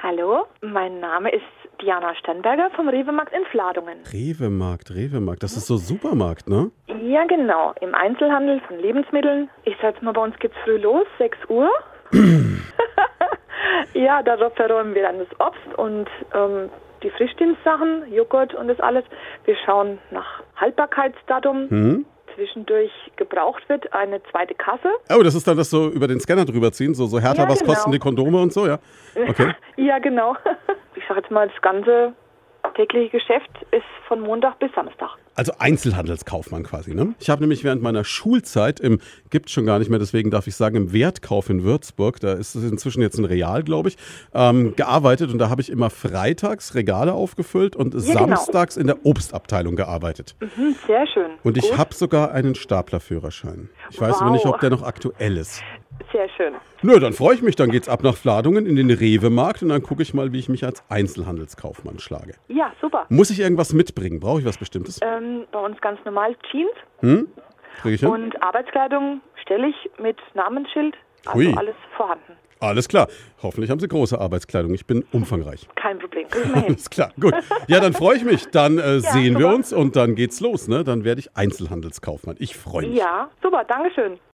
Hallo, mein Name ist Diana Sternberger vom Rewe-Markt in Fladungen. Rewe-Markt. Das ist so Supermarkt, ne? Ja, genau. Im Einzelhandel von Lebensmitteln. Ich sag's mal, bei uns geht's früh los, 6 Uhr. Ja, da verräumen wir dann das Obst und die Frischdienstsachen, Joghurt und das alles. Wir schauen nach Haltbarkeitsdatum. Zwischendurch gebraucht wird eine zweite Kasse. Oh, das ist dann das so über den Scanner drüber ziehen, so härter, Ja, was genau. kosten die Kondome und so, ja? Okay. Ja, genau. Ich sag jetzt mal, das ganze tägliche Geschäft ist von Montag bis Samstag. Also Einzelhandelskaufmann quasi, ne? Ich habe nämlich während meiner Schulzeit gibt's schon gar nicht mehr, deswegen darf ich sagen, im Wertkauf in Würzburg, da ist es inzwischen jetzt ein Real, glaube ich, gearbeitet und da habe ich immer freitags Regale aufgefüllt und samstags in der Obstabteilung gearbeitet. Sehr schön. Und ich Gut. habe sogar einen Staplerführerschein. Ich weiß aber nicht, ob der noch aktuell ist. Sehr schön. Nö, dann freue ich mich. Dann geht's ab nach Fladungen in den Rewe-Markt und dann gucke ich mal, wie ich mich als Einzelhandelskaufmann schlage. Ja, super. Muss ich irgendwas mitbringen? Brauche ich was Bestimmtes? Bei uns ganz normal Jeans Kriege ich hin? und Arbeitskleidung stelle ich mit Namensschild. Also Hui. alles vorhanden. Alles klar. Hoffentlich haben Sie große Arbeitskleidung. Ich bin umfangreich. Kein Problem. Kriegen wir hin. Alles klar, gut. Ja, dann freue ich mich. Dann sehen wir super. uns und dann geht's los. Ne? Dann werde ich Einzelhandelskaufmann. Ich freue mich. Ja, super. Dankeschön.